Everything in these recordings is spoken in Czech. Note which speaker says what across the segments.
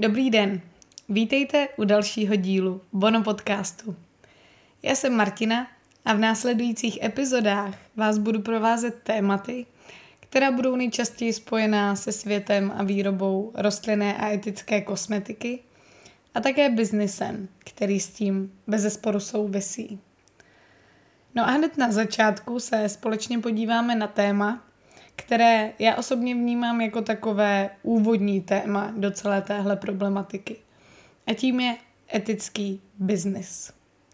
Speaker 1: Dobrý den, vítejte u dalšího dílu Bono podcastu. Já jsem Martina a v následujících epizodách vás budu provázet tématy, která budou nejčastěji spojená se světem a výrobou rostlinné a etické kosmetiky a také biznisem, který s tím bezesporu souvisí. No a hned na začátku se společně podíváme na téma, které já osobně vnímám jako takové úvodní téma do celé téhle problematiky. A tím je etický biznis.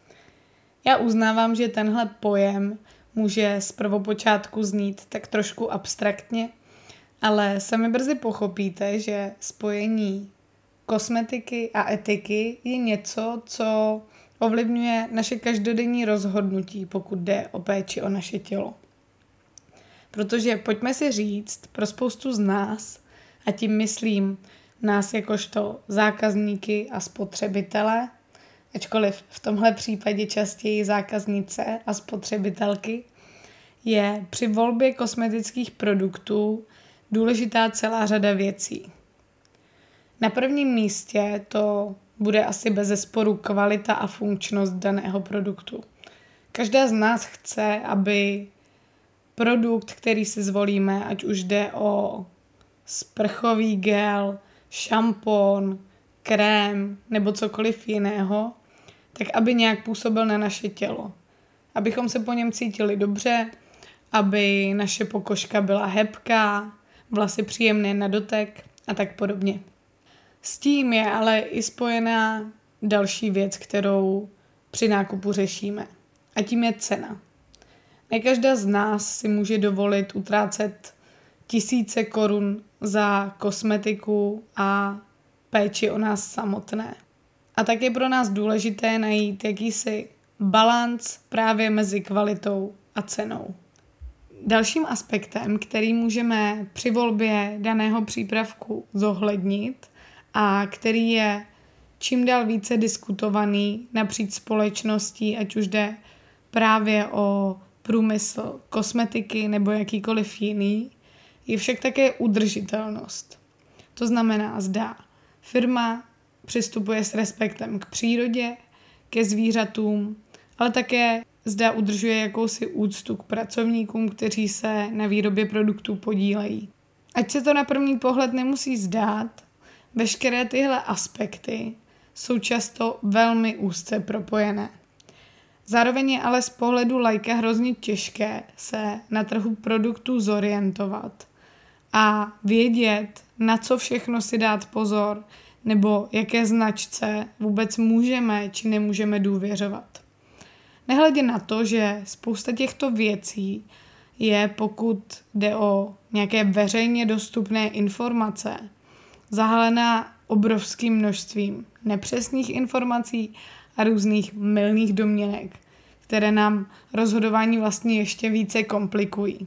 Speaker 1: Já uznávám, že tenhle pojem může z prvopočátku znít tak trošku abstraktně, ale sami brzy pochopíte, že spojení kosmetiky a etiky je něco, co ovlivňuje naše každodenní rozhodnutí, pokud jde o péči o naše tělo. Protože pojďme si říct, pro spoustu z nás, a tím myslím nás jakožto zákazníky a spotřebitele, ačkoliv v tomhle případě častěji zákaznice a spotřebitelky, je při volbě kosmetických produktů důležitá celá řada věcí. Na prvním místě to bude asi bezesporu kvalita a funkčnost daného produktu. Každá z nás chce, aby produkt, který si zvolíme, ať už jde o sprchový gel, šampon, krém nebo cokoliv jiného, tak aby nějak působil na naše tělo. Abychom se po něm cítili dobře, aby naše pokožka byla hebká, vlasy příjemné na dotek a tak podobně. S tím je ale i spojená další věc, kterou při nákupu řešíme. A tím je cena. Ne každá z nás si může dovolit utrácet tisíce korun za kosmetiku a péči o nás samotné. A tak je pro nás důležité najít jakýsi balanc právě mezi kvalitou a cenou. Dalším aspektem, který můžeme při volbě daného přípravku zohlednit a který je čím dál více diskutovaný napříč společností, ať už jde právě o průmysl kosmetiky nebo jakýkoliv jiný, je však také udržitelnost. To znamená, zda firma přistupuje s respektem k přírodě, ke zvířatům, ale také zda udržuje jakousi úctu k pracovníkům, kteří se na výrobě produktů podílejí. Ať se to na první pohled nemusí zdát, veškeré tyhle aspekty jsou často velmi úzce propojené. Zároveň je ale z pohledu laika hrozně těžké se na trhu produktů zorientovat a vědět, na co všechno si dát pozor, nebo jaké značce vůbec můžeme či nemůžeme důvěřovat. Nehledě na to, že spousta těchto věcí je, pokud jde o nějaké veřejně dostupné informace, zahalená obrovským množstvím nepřesných informací a různých mylných domněnek, které nám rozhodování vlastně ještě více komplikují.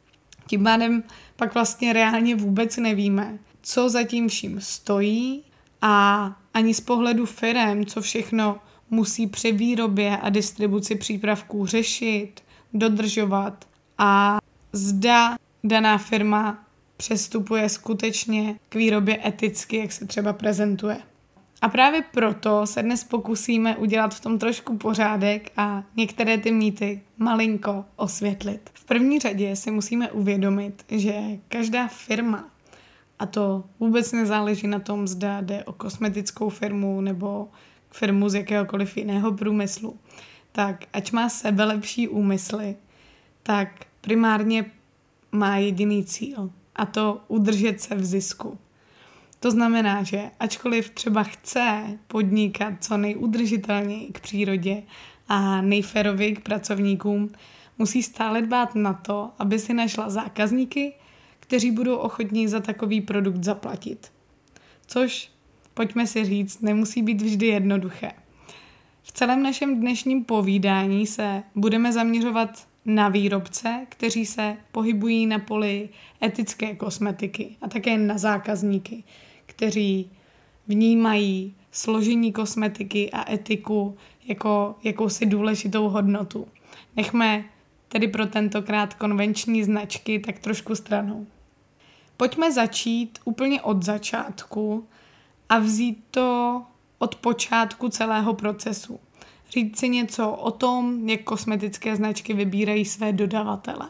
Speaker 1: Tím pádem pak vlastně reálně vůbec nevíme, co za tím vším stojí a ani z pohledu firem, co všechno musí při výrobě a distribuci přípravků řešit, dodržovat a zda daná firma přestupuje skutečně k výrobě eticky, jak se třeba prezentuje. A právě proto se dnes pokusíme udělat v tom trošku pořádek a některé ty mýty malinko osvětlit. V první řadě si musíme uvědomit, že každá firma, a to vůbec nezáleží na tom, zda jde o kosmetickou firmu nebo firmu z jakéhokoliv jiného průmyslu, tak ať má sebelepší úmysly, tak primárně má jediný cíl, a to udržet se v zisku. To znamená, že ačkoliv třeba chce podnikat co nejudržitelněji k přírodě a nejférověji k pracovníkům, musí stále dbát na to, aby si našla zákazníky, kteří budou ochotní za takový produkt zaplatit. Což, pojďme si říct, nemusí být vždy jednoduché. V celém našem dnešním povídání se budeme zaměřovat na výrobce, kteří se pohybují na poli etické kosmetiky a také na zákazníky, kteří vnímají složení kosmetiky a etiku jako jakousi důležitou hodnotu. Nechme tedy pro tentokrát konvenční značky tak trošku stranou. Pojďme začít úplně od začátku a vzít to od počátku celého procesu. Říct si něco o tom, jak kosmetické značky vybírají své dodavatele.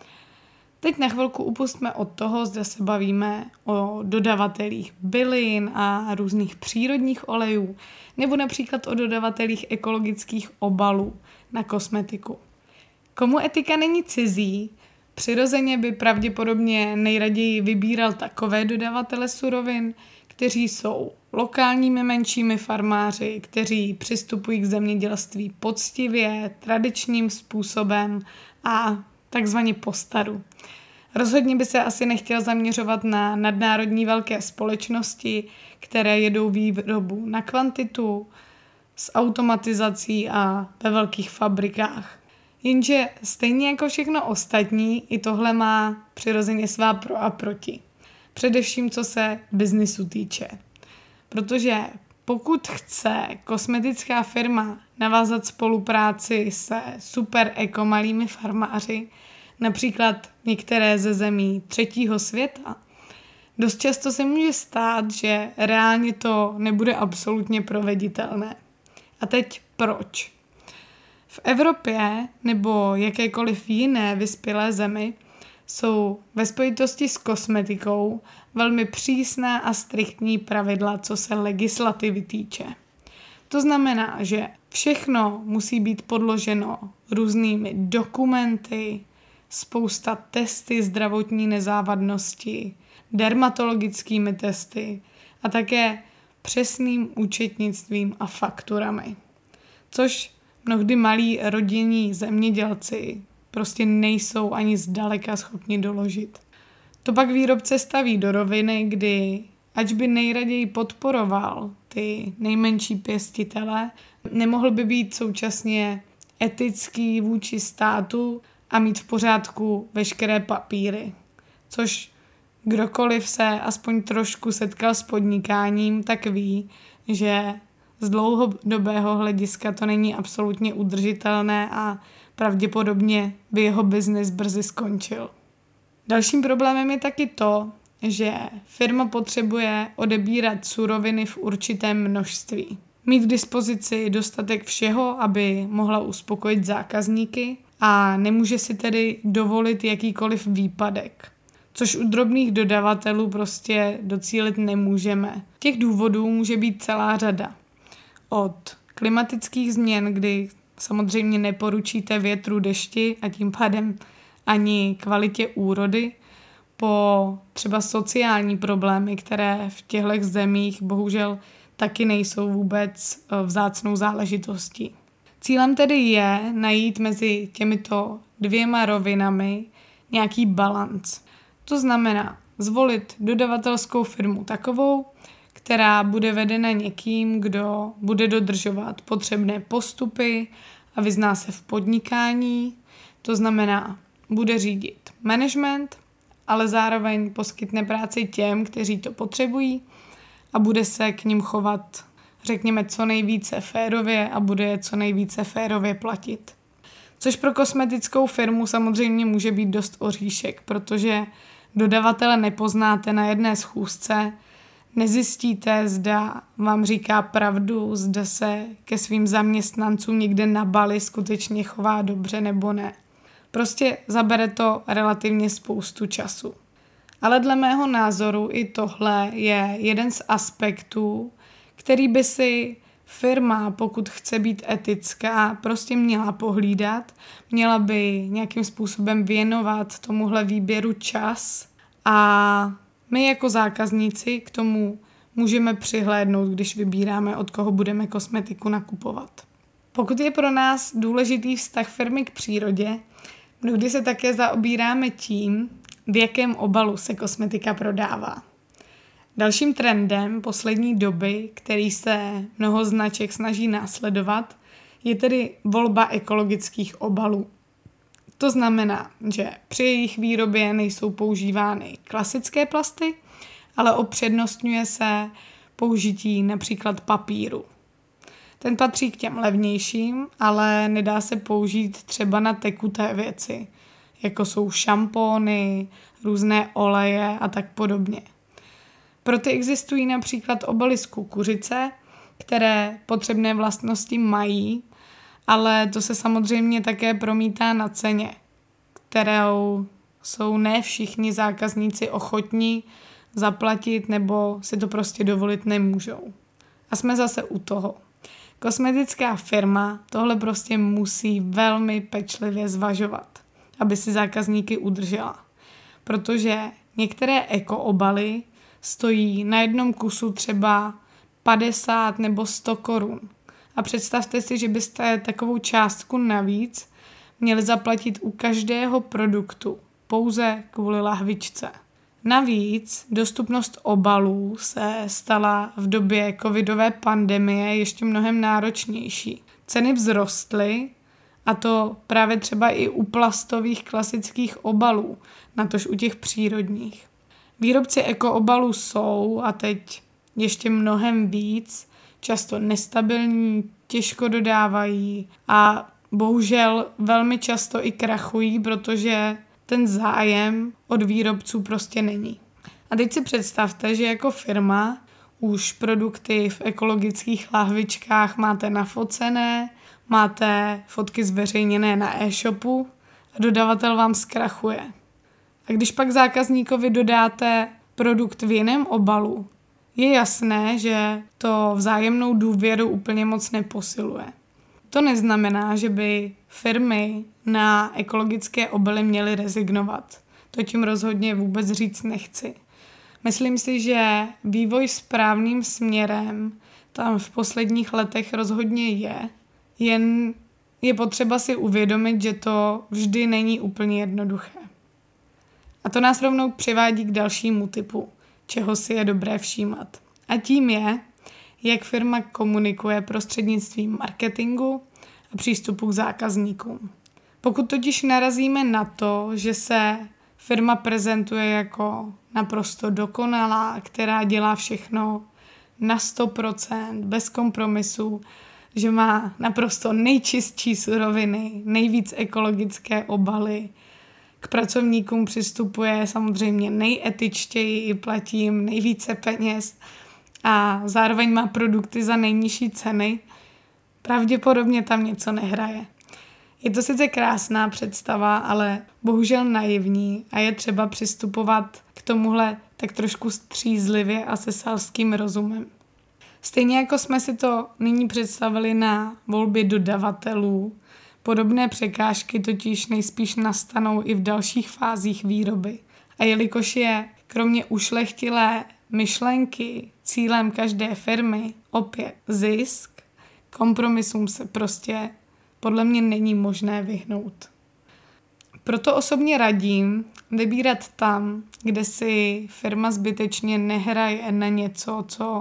Speaker 1: Teď na chvilku upustme od toho, zda se bavíme o dodavatelích bylin a různých přírodních olejů, nebo například o dodavatelích ekologických obalů na kosmetiku. Komu etika není cizí, přirozeně by pravděpodobně nejraději vybíral takové dodavatele surovin, kteří jsou lokálními menšími farmáři, kteří přistupují k zemědělství poctivě, tradičním způsobem a takzvaně po staru. Rozhodně by se asi nechtěl zaměřovat na nadnárodní velké společnosti, které jedou výrobu na kvantitu, s automatizací a ve velkých fabrikách. Jenže stejně jako všechno ostatní, i tohle má přirozeně svá pro a proti. Především co se biznisu týče. Protože pokud chce kosmetická firma navázat spolupráci se super ekomalými farmáři, například některé ze zemí třetího světa, dost často se může stát, že reálně to nebude absolutně proveditelné. A teď proč? V Evropě nebo jakékoliv jiné vyspělé zemi jsou ve spojitosti s kosmetikou velmi přísná a striktní pravidla, co se legislativy týče. To znamená, že všechno musí být podloženo různými dokumenty, spousta testy zdravotní nezávadnosti, dermatologickými testy a také přesným účetnictvím a fakturami. Což mnohdy malí rodinní zemědělci prostě nejsou ani zdaleka schopni doložit. To pak výrobce staví do roviny, kdy ač by nejraději podporoval ty nejmenší pěstitele, nemohl by být současně etický vůči státu a mít v pořádku veškeré papíry. Což kdokoliv se aspoň trošku setkal s podnikáním, tak ví, že z dlouhodobého hlediska to není absolutně udržitelné a pravděpodobně by jeho biznis brzy skončil. Dalším problémem je taky to, že firma potřebuje odebírat suroviny v určitém množství. Mít k dispozici dostatek všeho, aby mohla uspokojit zákazníky a nemůže si tedy dovolit jakýkoliv výpadek. Což u drobných dodavatelů prostě docílit nemůžeme. Těch důvodů může být celá řada. Od klimatických změn, kdy samozřejmě neporučíte větru, dešti a tím pádem ani kvalitě úrody, po třeba sociální problémy, které v těchto zemích bohužel taky nejsou vůbec vzácnou záležitostí. Cílem tedy je najít mezi těmito dvěma rovinami nějaký balanc. To znamená zvolit dodavatelskou firmu takovou, která bude vedena někým, kdo bude dodržovat potřebné postupy a vyzná se v podnikání. To znamená, bude řídit management, ale zároveň poskytne práci těm, kteří to potřebují a bude se k nim chovat, řekněme, co nejvíce férově a bude je co nejvíce férově platit. Což pro kosmetickou firmu samozřejmě může být dost oříšek, protože dodavatele nepoznáte na jedné schůzce, nezjistíte, zda vám říká pravdu, zda se ke svým zaměstnancům někde na Bali skutečně chová dobře nebo ne. Prostě zabere to relativně spoustu času. Ale dle mého názoru i tohle je jeden z aspektů, který by si firma, pokud chce být etická, prostě měla pohlídat, měla by nějakým způsobem věnovat tomuhle výběru čas a my jako zákazníci k tomu můžeme přihlédnout, když vybíráme, od koho budeme kosmetiku nakupovat. Pokud je pro nás důležitý vztah firmy k přírodě, mnohdy se také zaobíráme tím, v jakém obalu se kosmetika prodává. Dalším trendem poslední doby, který se mnoho značek snaží následovat, je tedy volba ekologických obalů. To znamená, že při jejich výrobě nejsou používány klasické plasty, ale upřednostňuje se použití například papíru. Ten patří k těm levnějším, ale nedá se použít třeba na tekuté věci, jako jsou šampóny, různé oleje a tak podobně. Pro ty existují například obaly z kukuřice, které potřebné vlastnosti mají, ale to se samozřejmě také promítá na ceně, kterou jsou ne všichni zákazníci ochotní zaplatit nebo si to prostě dovolit nemůžou. A jsme zase u toho. Kosmetická firma tohle prostě musí velmi pečlivě zvažovat, aby si zákazníky udržela. Protože některé ekoobaly stojí na jednom kusu třeba 50 nebo 100 korun. A představte si, že byste takovou částku navíc měli zaplatit u každého produktu, pouze kvůli lahvičce. Navíc dostupnost obalů se stala v době covidové pandemie ještě mnohem náročnější. Ceny vzrostly, a to právě třeba i u plastových klasických obalů, natož u těch přírodních. Výrobci ekoobalů jsou, a teď ještě mnohem víc, často nestabilní, těžko dodávají a bohužel velmi často i krachují, protože ten zájem od výrobců prostě není. A teď si představte, že jako firma už produkty v ekologických lahvičkách máte nafocené, máte fotky zveřejněné na e-shopu a dodavatel vám zkrachuje. A když pak zákazníkovi dodáte produkt v jiném obalu, je jasné, že to vzájemnou důvěru úplně moc neposiluje. To neznamená, že by firmy na ekologické obaly měly rezignovat. To tím rozhodně vůbec říct nechci. Myslím si, že vývoj správným směrem tam v posledních letech rozhodně je, jen je potřeba si uvědomit, že to vždy není úplně jednoduché. A to nás rovnou přivádí k dalšímu typu, čeho si je dobré všímat. A tím je, jak firma komunikuje prostřednictvím marketingu a přístupu k zákazníkům. Pokud totiž narazíme na to, že se firma prezentuje jako naprosto dokonalá, která dělá všechno na 100%, bez kompromisů, že má naprosto nejčistší suroviny, nejvíc ekologické obaly, k pracovníkům přistupuje samozřejmě nejetičtěji, platí jim nejvíce peněz a zároveň má produkty za nejnižší ceny, pravděpodobně tam něco nehraje. Je to sice krásná představa, ale bohužel naivní a je třeba přistupovat k tomuhle tak trošku střízlivě a se selským rozumem. Stejně jako jsme si to nyní představili na volbě dodavatelů, podobné překážky totiž nejspíš nastanou i v dalších fázích výroby. A jelikož je kromě ušlechtilé myšlenky cílem každé firmy opět zisk, kompromisům se prostě podle mě není možné vyhnout. Proto osobně radím vybírat tam, kde si firma zbytečně nehraje na něco, co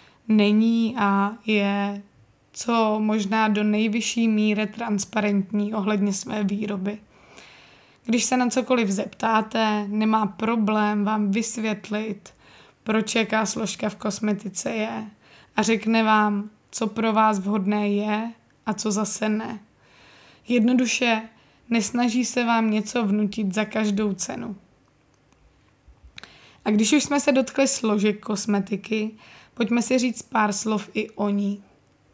Speaker 1: není a je co možná do nejvyšší míry transparentní ohledně své výroby. Když se na cokoliv zeptáte, nemá problém vám vysvětlit, proč jaká složka v kosmetice je a řekne vám, co pro vás vhodné je a co zase ne. Jednoduše nesnaží se vám něco vnutit za každou cenu. A když už jsme se dotkli složek kosmetiky, pojďme si říct pár slov i o ní.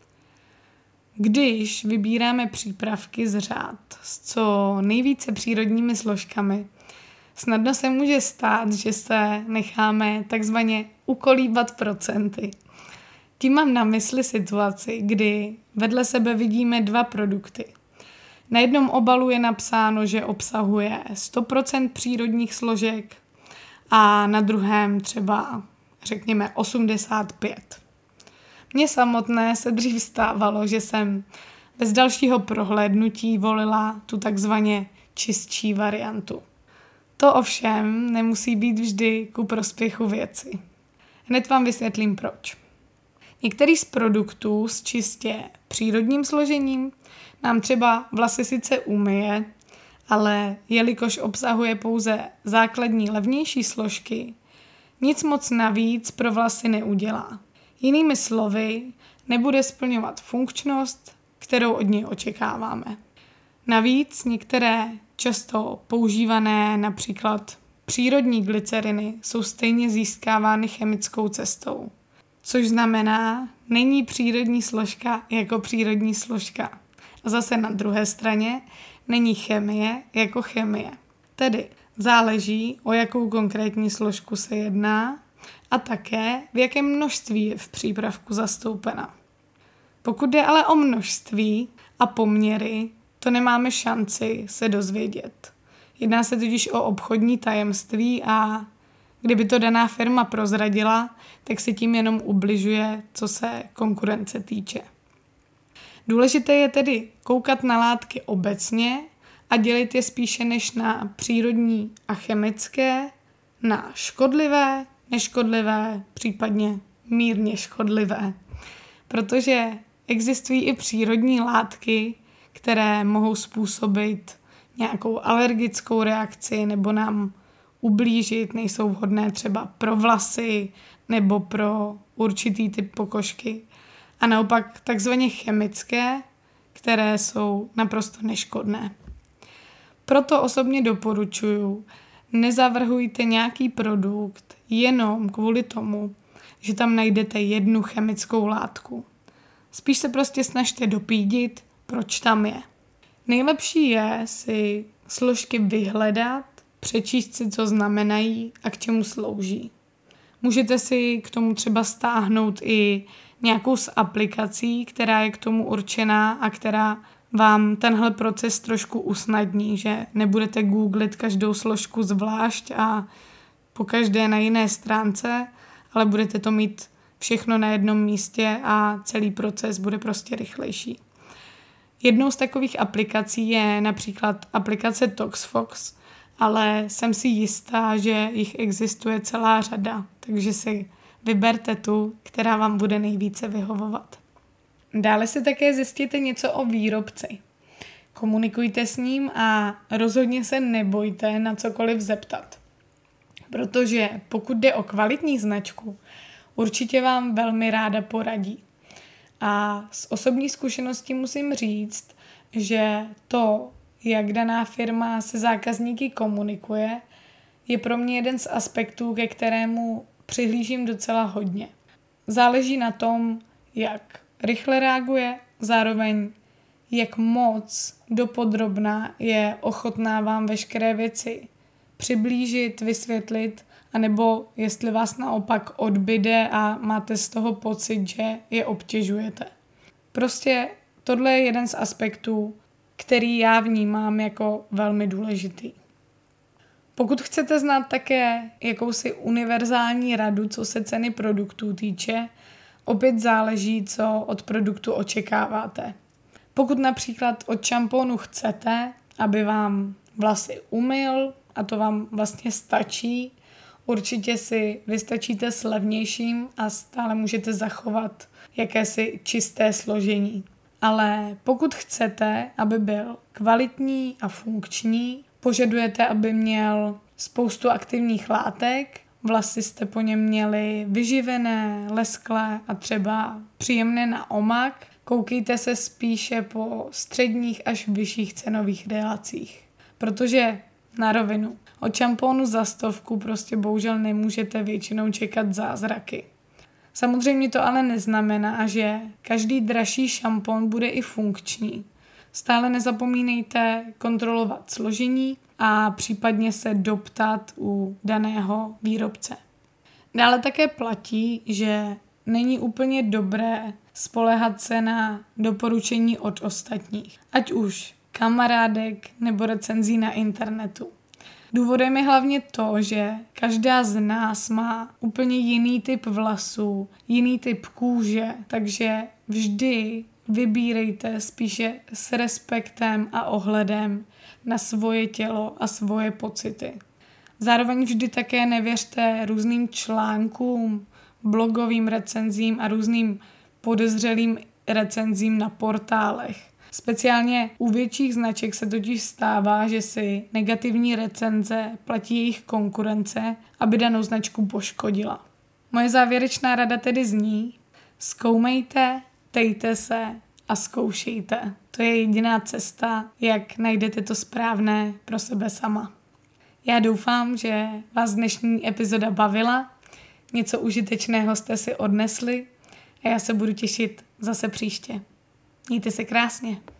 Speaker 1: Když vybíráme přípravky z řád s co nejvíce přírodními složkami, snadno se může stát, že se necháme takzvaně ukolíbat procenty. Tím mám na mysli situaci, kdy vedle sebe vidíme dva produkty. Na jednom obalu je napsáno, že obsahuje 100% přírodních složek a na druhém třeba, řekněme, 85%. Mně samotné se dřív stávalo, že jsem bez dalšího prohlédnutí volila tu takzvaně čistší variantu. To ovšem nemusí být vždy ku prospěchu věci. Hned vám vysvětlím proč. Některý z produktů s čistě přírodním složením nám třeba vlasy sice umyje, ale jelikož obsahuje pouze základní levnější složky, nic moc navíc pro vlasy neudělá. Jinými slovy, nebude splňovat funkčnost, kterou od něj očekáváme. Navíc některé často používané například přírodní glyceriny jsou stejně získávány chemickou cestou. Což znamená, není přírodní složka jako přírodní složka. A zase na druhé straně není chemie jako chemie. Tedy záleží, o jakou konkrétní složku se jedná a také, v jakém množství je v přípravku zastoupena. Pokud jde ale o množství a poměry, to nemáme šanci se dozvědět. Jedná se totiž o obchodní tajemství a kdyby to daná firma prozradila, tak se tím jenom ubližuje, co se konkurence týče. Důležité je tedy koukat na látky obecně a dělit je spíše než na přírodní a chemické, na škodlivé, neškodlivé, případně mírně škodlivé. Protože existují i přírodní látky, které mohou způsobit nějakou alergickou reakci nebo nám ublížit, nejsou vhodné třeba pro vlasy nebo pro určitý typ pokožky. A naopak takzvaně chemické, které jsou naprosto neškodné. Proto osobně doporučuji, nezavrhujte nějaký produkt jenom kvůli tomu, že tam najdete jednu chemickou látku. Spíš se prostě snažte dopídit, proč tam je. Nejlepší je si složky vyhledat, přečíst si, co znamenají a k čemu slouží. Můžete si k tomu třeba stáhnout i nějakou z aplikací, která je k tomu určená a která vám tenhle proces trošku usnadní, že nebudete googlit každou složku zvlášť a po každé na jiné stránce, ale budete to mít všechno na jednom místě a celý proces bude prostě rychlejší. Jednou z takových aplikací je například aplikace ToxFox, ale jsem si jistá, že jich existuje celá řada, takže si vyberte tu, která vám bude nejvíce vyhovovat. Dále si také zjistěte něco o výrobci. Komunikujte s ním a rozhodně se nebojte na cokoliv zeptat. Protože pokud jde o kvalitní značku, určitě vám velmi ráda poradí. A z osobní zkušenosti musím říct, že to, jak daná firma se zákazníky komunikuje, je pro mě jeden z aspektů, ke kterému přihlížím docela hodně. Záleží na tom, jak rychle reaguje, zároveň jak moc dopodrobna je ochotná vám veškeré věci přiblížit, vysvětlit, anebo jestli vás naopak odbyde a máte z toho pocit, že je obtěžujete. Prostě tohle je jeden z aspektů, který já vnímám jako velmi důležitý. Pokud chcete znát také jakousi univerzální radu, co se ceny produktů týče, opět záleží, co od produktu očekáváte. Pokud například od šampónu chcete, aby vám vlasy umyl, a to vám vlastně stačí, určitě si vystačíte s levnějším a stále můžete zachovat jakési čisté složení. Ale pokud chcete, aby byl kvalitní a funkční, požadujete, aby měl spoustu aktivních látek, vlasy jste po něm měli vyživené, lesklé a třeba příjemné na omak, koukejte se spíše po středních až vyšších cenových relacích. Protože na rovinu, od šampónu za 100 prostě bohužel nemůžete většinou čekat zázraky. Samozřejmě to ale neznamená, že každý dražší šampón bude i funkční. Stále nezapomínejte kontrolovat složení a případně se doptat u daného výrobce. Dále také platí, že není úplně dobré spoléhat se na doporučení od ostatních, ať už kamarádek nebo recenzí na internetu. Důvodem je hlavně to, že každá z nás má úplně jiný typ vlasů, jiný typ kůže, takže vždy vybírejte spíše s respektem a ohledem na svoje tělo a svoje pocity. Zároveň vždy také nevěřte různým článkům, blogovým recenzím a různým podezřelým recenzím na portálech. Speciálně u větších značek se totiž stává, že si negativní recenze platí jejich konkurence, aby danou značku poškodila. Moje závěrečná rada tedy zní: zkoumejte, tejte se a zkoušejte. To je jediná cesta, jak najdete to správné pro sebe sama. Já doufám, že vás dnešní epizoda bavila, něco užitečného jste si odnesli a já se budu těšit zase příště. Mějte se krásně.